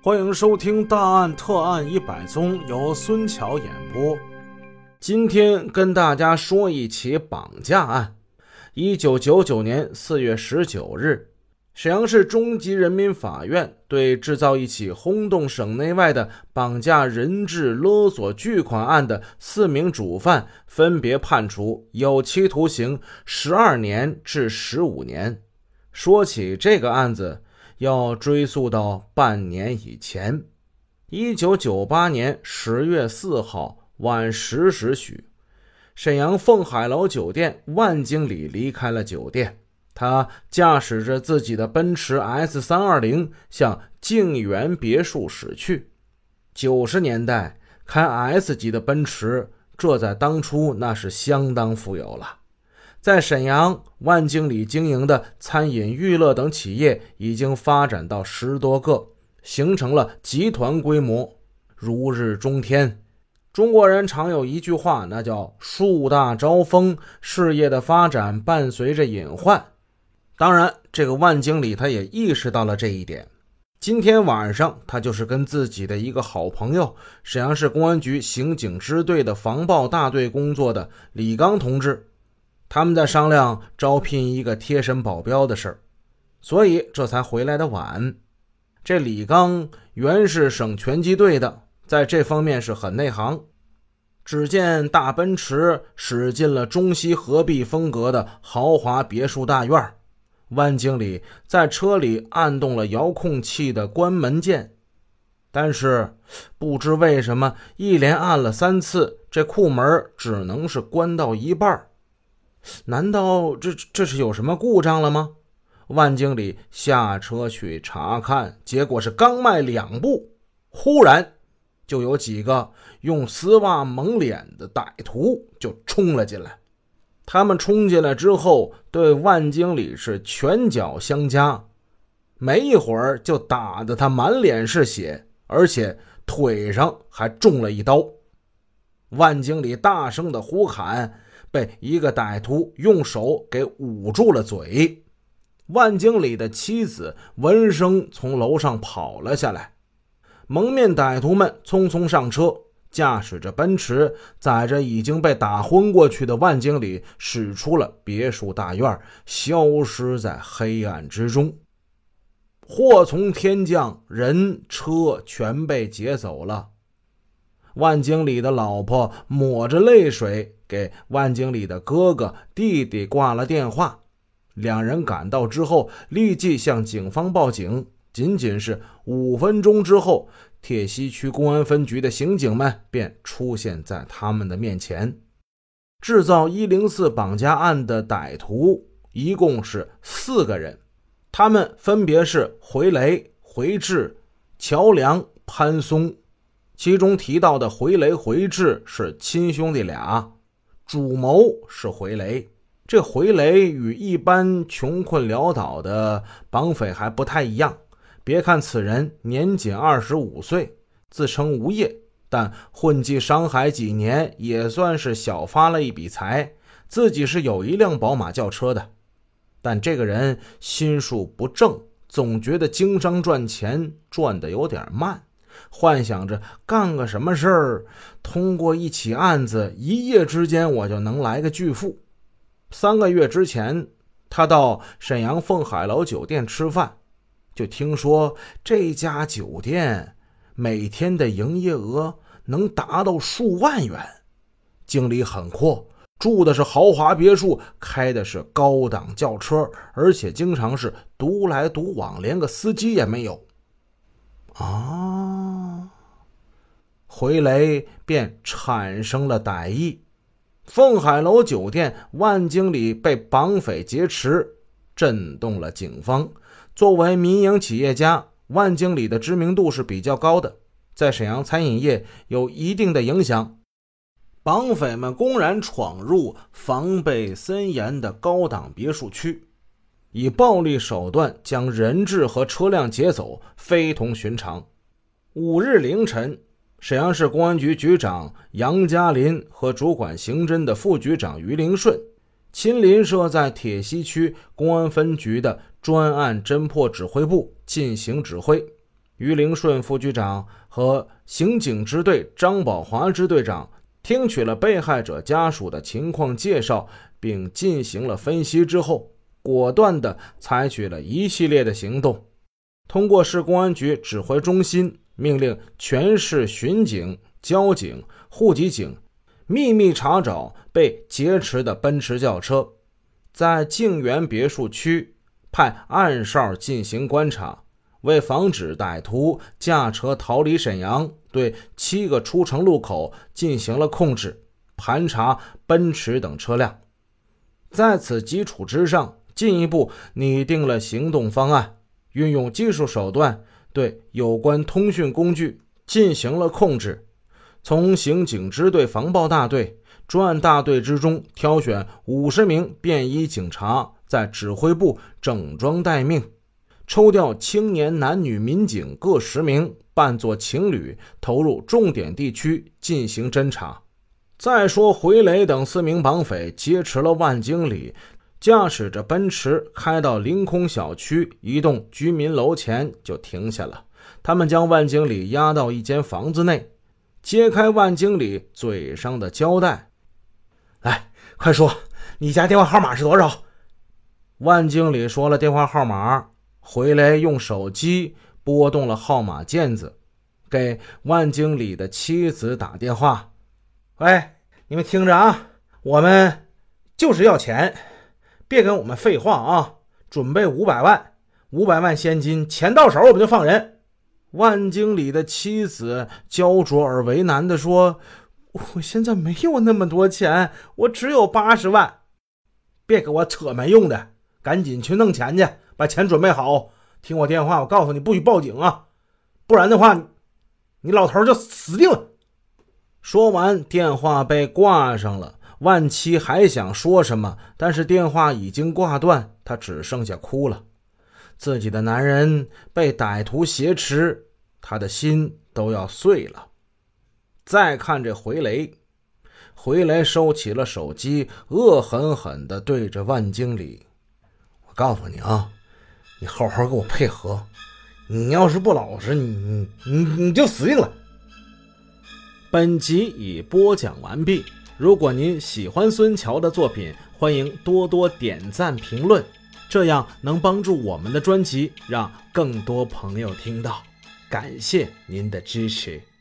欢迎收听大案特案100宗，由孙桥演播。今天跟大家说一起绑架案。1999年4月19日，沈阳市中级人民法院对制造一起轰动省内外的绑架人质勒索巨款案的4名主犯分别判处有期徒刑12年至15年。说起这个案子，要追溯到半年以前。1998年10月4号晚10时许，沈阳凤海楼酒店万经理离开了酒店，他驾驶着自己的奔驰 S320 向静园别墅驶去。90年代开 S 级的奔驰，这在当初那是相当富有了。在沈阳，万经理经营的餐饮、娱乐等企业已经发展到10多个，形成了集团规模，如日中天。中国人常有一句话，那叫树大招风，事业的发展伴随着隐患。当然，这个万经理他也意识到了这一点。今天晚上，他就是跟自己的一个好朋友，沈阳市公安局刑警支队的防暴大队工作的李刚同志，他们在商量招聘一个贴身保镖的事儿，所以这才回来的晚。这李刚原是省拳击队的，在这方面是很内行。只见大奔驰驶进了中西合璧风格的豪华别墅大院，万经理在车里按动了遥控器的关门键，但是不知为什么一连按了3次，这库门只能是关到一半。难道这是有什么故障了吗？万经理下车去查看，结果是刚迈2步，忽然就有几个用丝袜蒙脸的歹徒就冲了进来。他们冲进来之后，对万经理是拳脚相加，没一会儿就打得他满脸是血，而且腿上还中了一刀。万经理大声的呼喊，被一个歹徒用手给捂住了嘴。万经理的妻子闻声从楼上跑了下来，蒙面歹徒们匆匆上车，驾驶着奔驰，载着已经被打昏过去的万经理驶出了别墅大院，消失在黑暗之中。祸从天降，人车全被劫走了。万经理的老婆抹着泪水给万经理的哥哥弟弟挂了电话，两人赶到之后立即向警方报警。仅仅是5分钟之后，铁西区公安分局的刑警们便出现在他们的面前。制造104绑架案的歹徒一共是4个人，他们分别是回雷、回志、乔梁、潘松。其中提到的回雷、回志是亲兄弟俩，主谋是回雷。这回雷与一般穷困潦倒的绑匪还不太一样，别看此人年仅25岁，自称无业，但混迹上海几年也算是小发了一笔财，自己是有一辆宝马轿车的。但这个人心术不正，总觉得经商赚钱赚得有点慢，幻想着干个什么事儿，通过一起案子一夜之间我就能来个巨富。3个月之前，他到沈阳凤海楼酒店吃饭，就听说这家酒店每天的营业额能达到数万元，经理很阔，住的是豪华别墅，开的是高档轿车，而且经常是独来独往，连个司机也没有。回雷便产生了歹意。凤海楼酒店万经理被绑匪劫持，震动了警方。作为民营企业家，万经理的知名度是比较高的，在沈阳餐饮业有一定的影响。绑匪们公然闯入防备森严的高档别墅区，以暴力手段将人质和车辆劫走，非同寻常。5日凌晨，沈阳市公安局局长杨嘉林和主管刑侦的副局长于凌顺亲临设在铁西区公安分局的专案侦破指挥部进行指挥。 于灵顺副局长和刑警支队张宝华支队长听取了被害者家属的情况介绍，并进行了分析之后，果断地采取了一系列的行动。通过市公安局指挥中心命令全市巡警、交警、户籍警秘密查找被劫持的奔驰轿车，在静园别墅区派暗哨进行观察，为防止歹徒驾车逃离沈阳，对7个出城路口进行了控制，盘查奔驰等车辆。在此基础之上，进一步拟定了行动方案，运用技术手段对有关通讯工具进行了控制。从刑警支队防暴大队、专案大队之中挑选50名便衣警察，在指挥部整装待命，抽调青年男女民警各10名，扮作情侣，投入重点地区进行侦查。再说回雷等4名绑匪劫持了万经理，驾驶着奔驰开到凌空小区一栋居民楼前就停下了。他们将万经理押到一间房子内，揭开万经理嘴上的胶带，来，快说，你家电话号码是多少？万经理说了电话号码，回雷用手机拨动了号码键子，给万经理的妻子打电话。喂，你们听着啊，我们就是要钱，别跟我们废话啊，准备500万，500万现金，钱到手我们就放人。万经理的妻子焦灼而为难地说，我现在没有那么多钱，我只有80万。别给我扯没用的，赶紧去弄钱去，把钱准备好，听我电话，我告诉你不许报警啊，不然的话你老头就死定了。说完电话被挂上了，万七还想说什么，但是电话已经挂断，他只剩下哭了。自己的男人被歹徒挟持，他的心都要碎了。再看这回雷收起了手机，恶狠狠地对着万经理，我告诉你啊，你好好给我配合，你要是不老实，你就死定了。本集已播讲完毕，如果您喜欢孙桥的作品，欢迎多多点赞评论，这样能帮助我们的专辑让更多朋友听到。感谢您的支持。